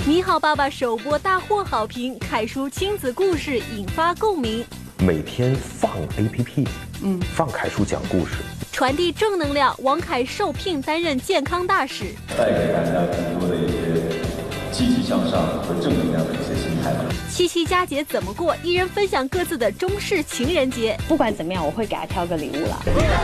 你好爸爸首播大获好评，凯叔亲子故事引发共鸣。 每天放 APP， 放凯叔讲故事， 传递正能量。王凯受聘担任健康大使， 带给大家更多的一些积极向上和正能量的一些心态吧。 七夕佳节怎么过？一人分享各自的中式情人节。 不管怎么样，我会给他挑个礼物了。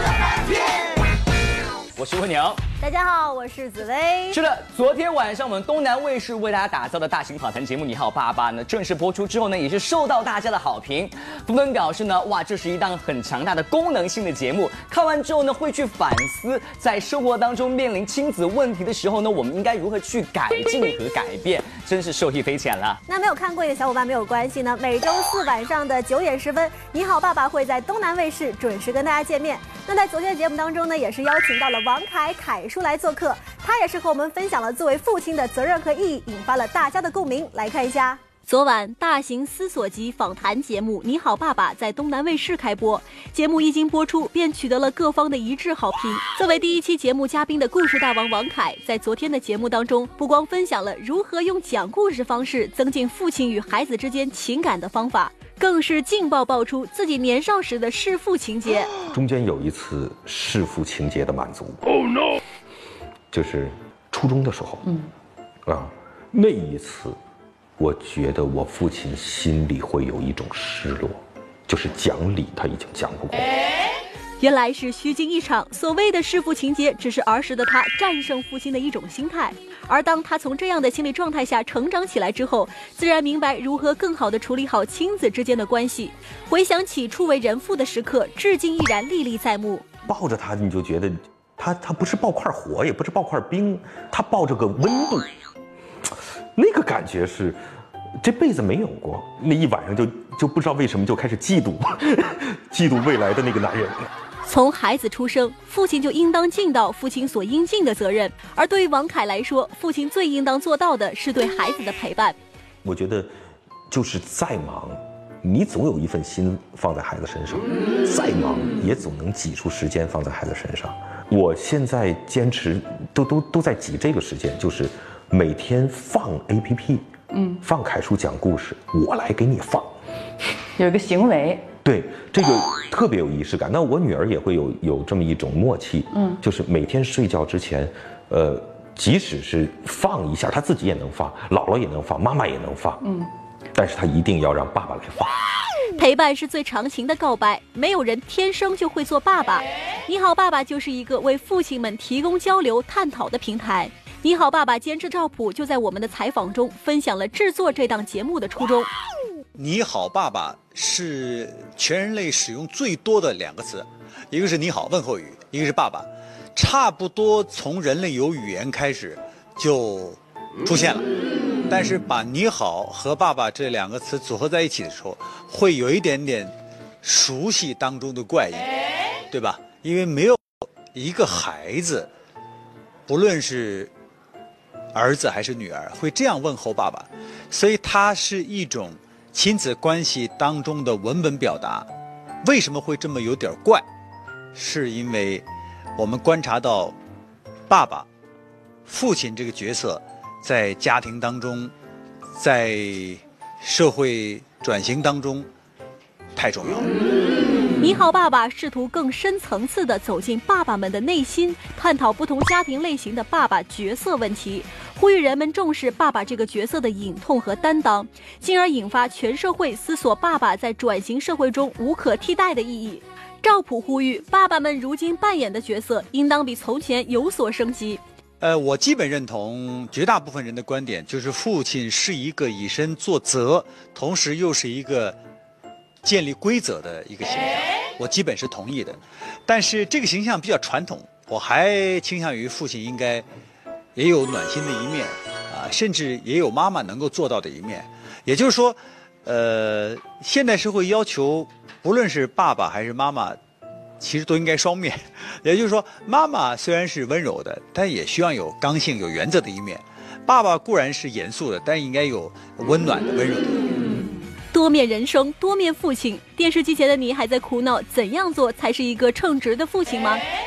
我是温娘， 大家好，我是紫薇。 是的，昨天晚上我们东南卫视为大家打造的大型访谈节目《你好爸爸》呢，正式播出之后呢，也是受到大家的好评。纷纷表示呢，哇，这是一档很强大的功能性的节目。看完之后呢，会去反思，在生活当中面临亲子问题的时候呢，我们应该如何去改进和改变，真是受益匪浅了。 那没有看过瘾的小伙伴没有关系呢，每周四晚上的9点10分，《你好爸爸》会在东南卫视准时跟大家见面。那在昨天的节目当中呢，也是邀请到了王凯叔来做客，他也是和我们分享了作为父亲的责任和意义，引发了大家的共鸣。来看一下，昨晚大型思索级访谈节目《你好爸爸》在东南卫视开播，节目一经播出便取得了各方的一致好评。作为第一期节目嘉宾的故事大王王凯，在昨天的节目当中，不光分享了如何用讲故事方式增进父亲与孩子之间情感的方法，更是劲爆出自己年少时的弑父情节。 中间有一次弑父情节的满足。Oh no！ 就是初中的时候，那一次，我觉得我父亲心里会有一种失落，就是讲理他已经讲不过。 原来是虚惊一场，所谓的弑父情节，只是儿时的他战胜父亲的一种心态。而当他从这样的心理状态下成长起来之后，自然明白如何更好地处理好亲子之间的关系。回想起初为人父的时刻，至今依然历历在目。 抱着他，你就觉得他不是抱块火，也不是抱块冰，他抱着个温度，那个感觉是这辈子没有过。那一晚上就不知道为什么就开始嫉妒，嫉妒未来的那个男人。 从孩子出生，父亲就应当尽到父亲所应尽的责任，而对于王凯来说，父亲最应当做到的是对孩子的陪伴。 我觉得就是再忙，你总有一份心放在孩子身上，再忙也总能挤出时间放在孩子身上。我现在坚持都在挤这个时间，就是每天放 APP， 放凯叔讲故事，我来给你放， 有一个行为。 对，这个特别有仪式感。那我女儿也会有这么一种默契，就是每天睡觉之前，即使是放一下，她自己也能放，姥姥也能放，妈妈也能放，但是她一定要让爸爸来放。 陪伴是最长情的告白，没有人天生就会做爸爸。你好爸爸就是一个为父亲们提供交流探讨的平台。你好爸爸监制赵普就在我们的采访中分享了制作这档节目的初衷。 你好爸爸是全人类使用最多的2个词，一个是你好问候语，一个是爸爸，差不多从人类有语言开始就出现了。但是把你好和爸爸这2个词组合在一起的时候，会有一点点熟悉当中的怪异，对吧？因为没有一个孩子，不论是儿子还是女儿，会这样问候爸爸，所以它是一种亲子关系当中的文本表达。为什么会这么有点怪？是因为我们观察到爸爸、父亲这个角色在家庭当中，在社会转型当中太重要了。 你好爸爸试图更深层次地走进爸爸们的内心，探讨不同家庭类型的爸爸角色问题，呼吁人们重视爸爸这个角色的隐痛和担当，进而引发全社会思索爸爸在转型社会中无可替代的意义。赵普呼吁爸爸们如今扮演的角色应当比从前有所升级。 我基本认同绝大部分人的观点，就是父亲是一个以身作则，同时又是一个建立规则的一个形象，我基本是同意的。但是这个形象比较传统，我还倾向于父亲应该也有暖心的一面甚至也有妈妈能够做到的一面。也就是说，现代社会要求不论是爸爸还是妈妈，其实都应该双面。也就是说，妈妈虽然是温柔的，但也需要有刚性、有原则的一面；爸爸固然是严肃的，但应该有温暖的、温柔的一面。 多面人生，多面父亲。电视机前的你还在苦恼怎样做才是一个称职的父亲吗？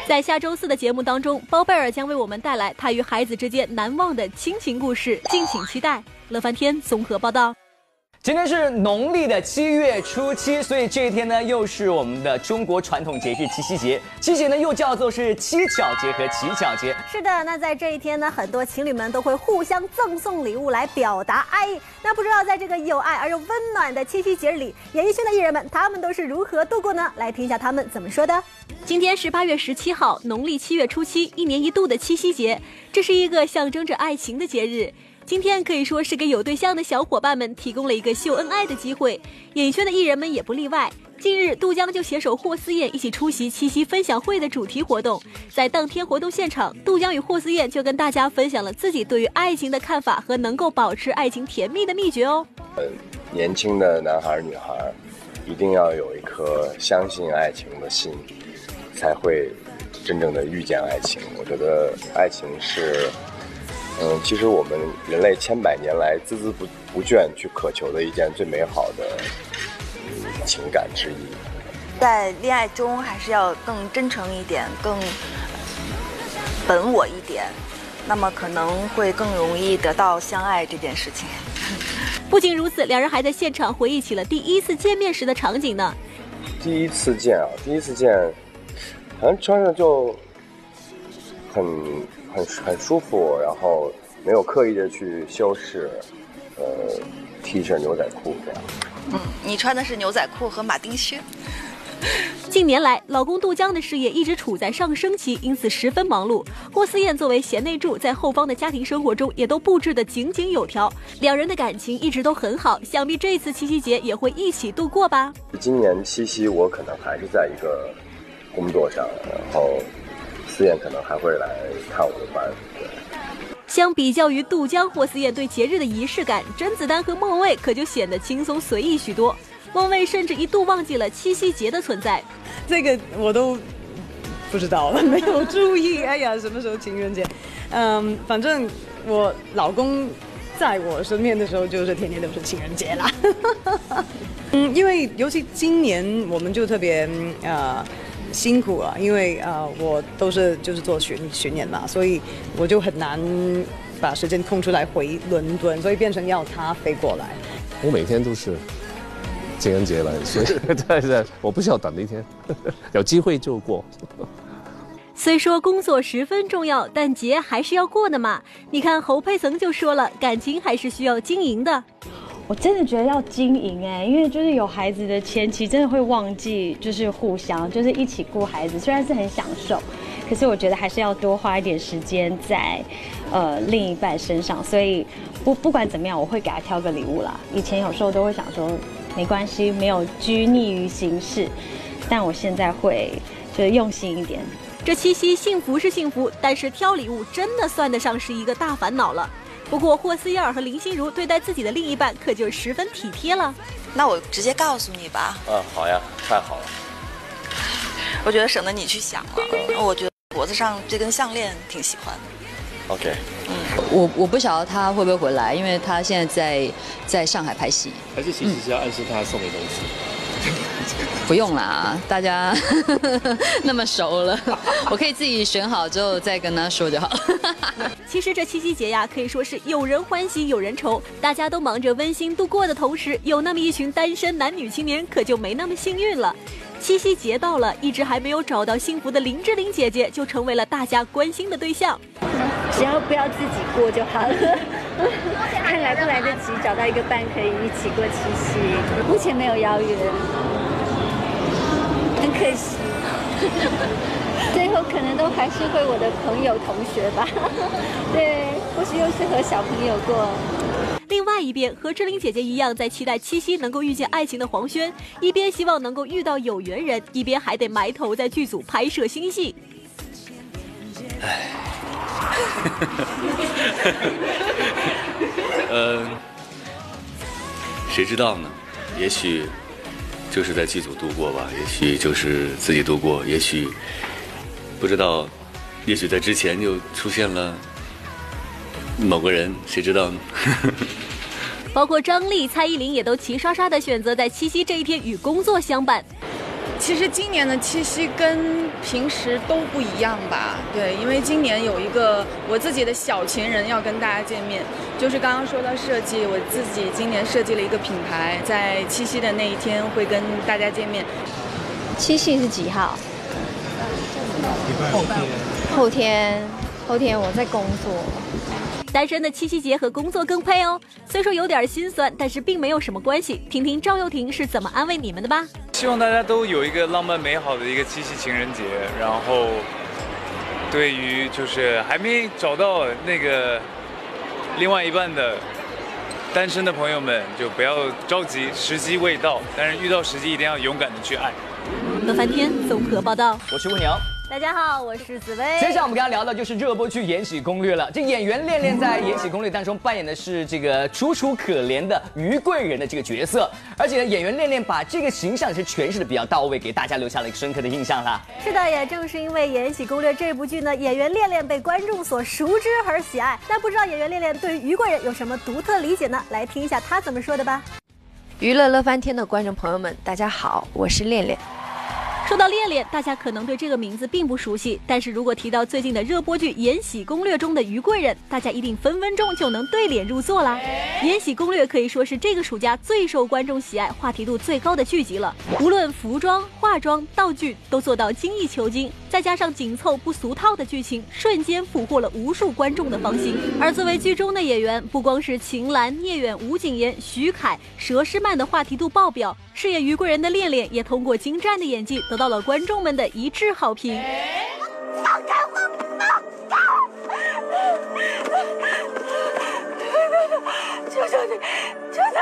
在下周4的节目当中，包贝尔将为我们带来他与孩子之间难忘的亲情故事，敬请期待。乐翻天综合报道。 今天是农历的7月初7，所以这一天呢，又是我们的中国传统节日七夕节。七夕节呢，又叫做是七巧节和乞巧节。 是的，那在这一天呢，很多情侣们都会互相赠送礼物来表达爱意。那不知道在这个有爱而又温暖的七夕节日里，演艺圈的艺人们他们都是如何度过呢？来听一下他们怎么说的。今天是8月17号，农历7月初7，一年一度的七夕节，这是一个象征着爱情的节日。今天可以说是给有对象的小伙伴们提供了一个秀恩爱的机会，演艺圈的艺人们也不例外。近日，杜江就携手霍思燕一起出席七夕分享会的主题活动。在当天活动现场，杜江与霍思燕就跟大家分享了自己对于爱情的看法和能够保持爱情甜蜜的秘诀哦。 年轻的男孩女孩一定要有一颗相信爱情的心，才会真正的遇见爱情。我觉得爱情是其实我们人类千百年来孜孜不倦去渴求的一件最美好的情感之一。 在恋爱中还是要更真诚一点，更本我一点，那么可能会更容易得到相爱这件事情。 不仅如此，两人还在现场回忆起了第一次见面时的场景呢。 第一次见，好像穿着就很舒服，然后没有刻意的去修饰，T 恤牛仔裤这样。 你穿的是牛仔裤和马丁靴。 近年来，老公杜江的事业一直处在上升期，因此十分忙碌。霍思燕作为贤内助，在后方的家庭生活中也都布置得井井有条，两人的感情一直都很好，想必这次七夕节也会一起度过吧。 今年七夕我可能还是在一个工作上，然后思燕可能还会来看我的班。 相比较于杜江、霍思燕对节日的仪式感，甄子丹和莫文蔚可就显得轻松随意许多。莫文蔚甚至一度忘记了七夕节的存在。 这个我都不知道了，没有注意。哎呀，什么时候情人节？反正我老公在我身边的时候，就是天天都是情人节啦。因为尤其今年我们就特别辛苦啊，因为我都是就是做巡演嘛，所以我就很难把时间空出来回伦敦，所以变成要他飞过来。 我每天都是情人节来，所以对，我不需要等一天，有机会就过。 虽说工作十分重要，但节还是要过的嘛。你看侯佩岑就说了，感情还是需要经营的。 我真的觉得要经营因为就是有孩子的前期真的会忘记，就是互相就是一起顾孩子，虽然是很享受，可是我觉得还是要多花一点时间在另一半身上。所以不管怎么样，我会给他挑个礼物啦。以前有时候都会想说没关系，没有拘泥于形式，但我现在会就是用心一点。 这七夕幸福是幸福，但是挑礼物真的算得上是一个大烦恼了。不过霍思燕和林心如对待自己的另一半可就十分体贴了。 那我直接告诉你吧。 好呀，太好了。 我觉得省得你去想了。我觉得脖子上这根项链挺喜欢的。 OK。 我不晓得他会不会回来，因为他现在在上海拍戏。 还是其实是要暗示他送你东西。 不用啦，大家那么熟了，我可以自己选好之后再跟他说就好。 其实这七夕节呀，可以说是有人欢喜有人愁，大家都忙着温馨度过的同时，有那么一群单身男女青年可就没那么幸运了。七夕节到了，一直还没有找到幸福的林志玲姐姐就成为了大家关心的对象。 只要不要自己过就好了。看来不来得及找到一个伴可以一起过七夕，目前没有邀约，很可惜。最后可能都还是会我的朋友同学吧。对，或许又是和小朋友过。 另外一边，和志玲姐姐一样在期待七夕能够遇见爱情的黄轩，一边希望能够遇到有缘人，一边还得埋头在剧组拍摄新戏。 谁知道呢？也许就是在剧组度过吧，也许就是自己度过，也许不知道，也许在之前就出现了某个人，谁知道呢？ 包括张丽、蔡依林也都齐刷刷的选择在七夕这一天与工作相伴。 其实今年的七夕跟平时都不一样吧？对，因为今年有一个我自己的小情人要跟大家见面，就是刚刚说到设计，我自己今年设计了一个品牌，在七夕的那一天会跟大家见面。 七夕是几号？后天我在工作。 单身的七夕节和工作更配哦。虽说有点心酸，但是并没有什么关系。听听赵又廷是怎么安慰你们的吧。 希望大家都有一个浪漫美好的一个七夕情人节，然后对于就是还没找到那个另外一半的单身的朋友们，就不要着急，时机未到，但是遇到时机一定要勇敢的去爱。 乐翻天综合报道， 我是吴鸟。 大家好，我是紫薇。 接下来我们跟大家聊的就是热播剧《延禧攻略》了。这演员恋恋在《延禧攻略》当中扮演的是这个楚楚可怜的于贵人的这个角色，而且呢，演员恋恋把这个形象是诠释的比较到位，给大家留下了一个深刻的印象啦。 是的，也正是因为《延禧攻略》这部剧呢，演员恋恋被观众所熟知和喜爱。但不知道演员恋恋对于于贵人有什么独特理解呢？来听一下他怎么说的吧。 娱乐乐翻天的观众朋友们，大家好，我是恋恋。 说到恋恋，大家可能对这个名字并不熟悉，但是如果提到最近的热播剧《延禧攻略》中的于贵人，大家一定分分钟就能对脸入座啦。《延禧攻略》可以说是这个暑假最受观众喜爱、话题度最高的剧集了，无论服装、化妆、道具都做到精益求精，再加上紧凑不俗套的剧情，瞬间俘获了无数观众的芳心。而作为剧中的演员，不光是秦岚、聂远、吴谨言、徐凯、佘诗曼的话题度爆表，饰演于贵人的恋恋也通过精湛的演技得到了观众们的一致好评。放开我！求求你，求求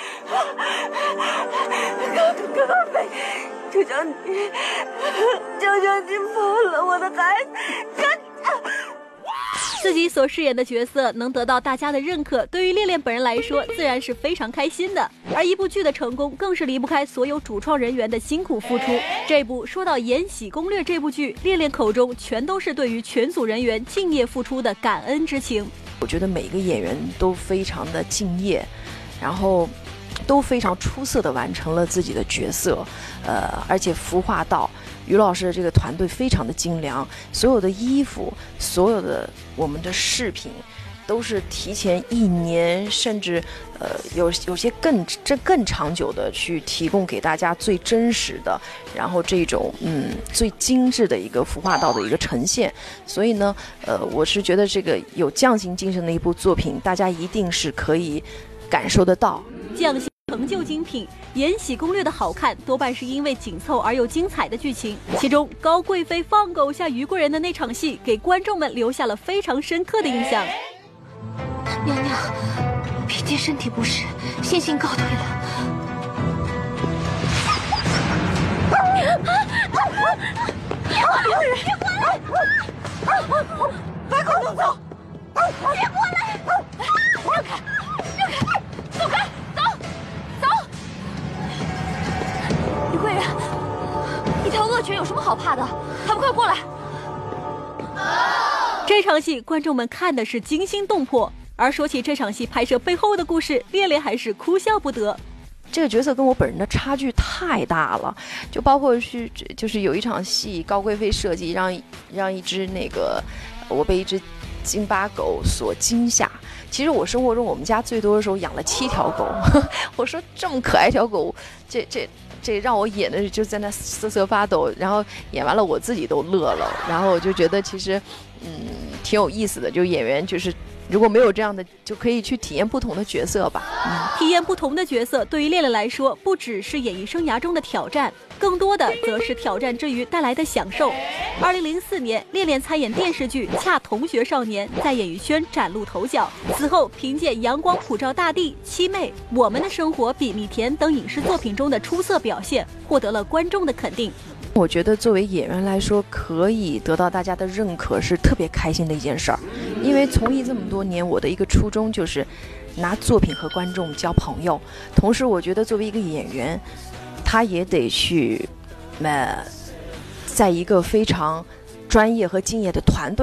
你，哥哥妹，求求你，求求你放了我的孩子！自己所饰演的角色能得到大家的认可，对于恋恋本人来说自然是非常开心的。而一部剧的成功更是离不开所有主创人员的辛苦付出。这部说到《延禧攻略》这部剧，恋恋口中全都是对于全组人员敬业付出的感恩之情。 我觉得每一个演员都非常的敬业，然后都非常出色的完成了自己的角色，而且服化道。于老师的这个团队非常的精良，所有的衣服，所有的我们的饰品，都是提前1年，甚至有些更长久的去提供给大家最真实的，然后这种最精致的一个服化道的一个呈现。所以呢，我是觉得这个有匠心精神的一部作品，大家一定是可以感受得到。 匠心成就精品，《延禧攻略》的好看多半是因为紧凑而又精彩的剧情，其中高贵妃放狗下于贵人的那场戏，给观众们留下了非常深刻的印象。 娘娘，嫔妾身体不适，先行告退了。别过来！把狗弄走！别过来！让开！让开！走开！走！于贵人，一条恶犬有什么好怕的？还不快过来！ 这场戏观众们看的是惊心动魄，而说起这场戏拍摄背后的故事，恋恋还是哭笑不得。 这个角色跟我本人的差距太大了，就包括就是有一场戏，高贵妃设计让一只我被一只京巴狗所惊吓。其实我生活中我们家最多的时候养了7条狗，我说这么可爱一条狗，这让我演的就在那瑟瑟发抖，然后演完了我自己都乐了，然后我就觉得其实挺有意思的，就演员就是如果没有这样的，就可以去体验不同的角色吧。 体验不同的角色对于恋恋来说，不只是演艺生涯中的挑战，更多的则是挑战之余带来的享受。2004年，恋恋参演电视剧《恰同学少年》，在演艺圈崭露头角。此后，凭借《阳光普照大地》、《七妹》、《我们的生活比蜜甜》等影视作品中的出色表现，获得了观众的肯定。 我觉得作为演员来说，可以得到大家的认可是特别开心的一件事儿。因为从艺这么多年，我的一个初衷就是拿作品和观众交朋友。同时，我觉得作为一个演员，他也得去在一个非常专业和敬业的团队，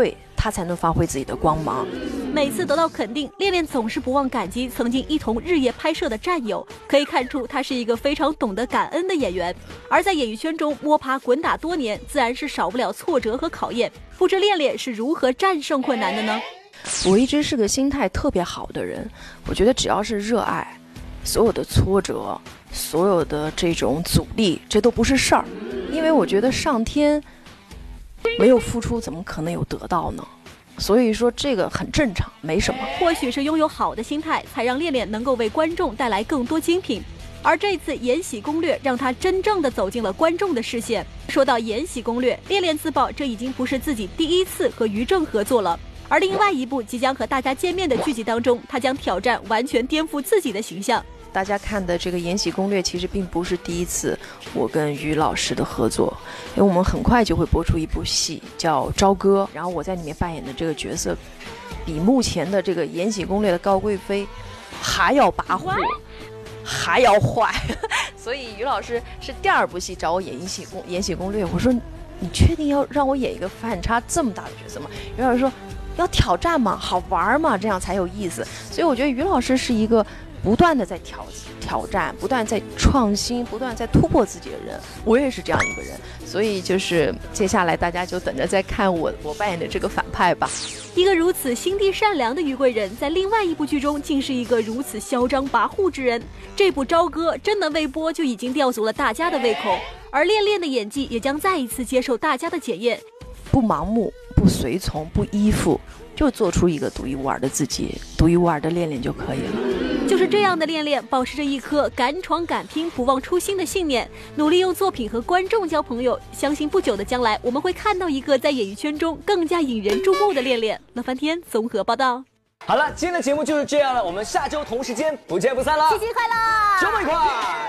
他才能发挥自己的光芒。 每次得到肯定，恋恋总是不忘感激曾经一同日夜拍摄的战友，可以看出他是一个非常懂得感恩的演员。而在演艺圈中摸爬滚打多年，自然是少不了挫折和考验。不知恋恋是如何战胜困难的呢？ 我一直是个心态特别好的人，我觉得只要是热爱，所有的挫折，所有的这种阻力，这都不是事儿。因为我觉得上天没有付出，怎么可能有得到呢？所以说这个很正常，没什么。 或许是拥有好的心态，才让恋恋能够为观众带来更多精品。而这次《延禧攻略》让他真正的走进了观众的视线。说到《延禧攻略》，恋恋自曝这已经不是自己第一次和于正合作了。而另外一部即将和大家见面的剧集当中，他将挑战完全颠覆自己的形象。 大家看的这个《延禧攻略》其实并不是第一次我跟于老师的合作，因为我们很快就会播出一部戏叫《朝歌》，然后我在里面扮演的这个角色，比目前的这个《延禧攻略》的高贵妃还要跋扈，还要坏。所以于老师是第2部戏找我演《延禧攻略》，我说你确定要让我演一个反差这么大的角色吗？于老师说要挑战嘛，好玩嘛，这样才有意思。所以我觉得于老师是一个不断的在挑战，不断在创新，不断在突破自己的人。我也是这样一个人，所以就是接下来大家就等着再看我扮演的这个反派吧。 一个如此心地善良的于贵人，在另外一部剧中竟是一个如此嚣张跋扈之人。这部《朝歌》真的未播就已经吊足了大家的胃口，而恋恋的演技也将再一次接受大家的检验。 不盲目，不随从，不依附，就做出一个独一无二的自己，独一无二的恋恋就可以了。 就是这样的恋恋，保持着一颗敢闯敢拼、不忘初心的信念，努力用作品和观众交朋友。相信不久的将来，我们会看到一个在演艺圈中更加引人注目的恋恋。乐翻天综合报道。 好了，今天的节目就是这样了，我们下周同时间不见不散了。 七夕快乐， 周末愉快。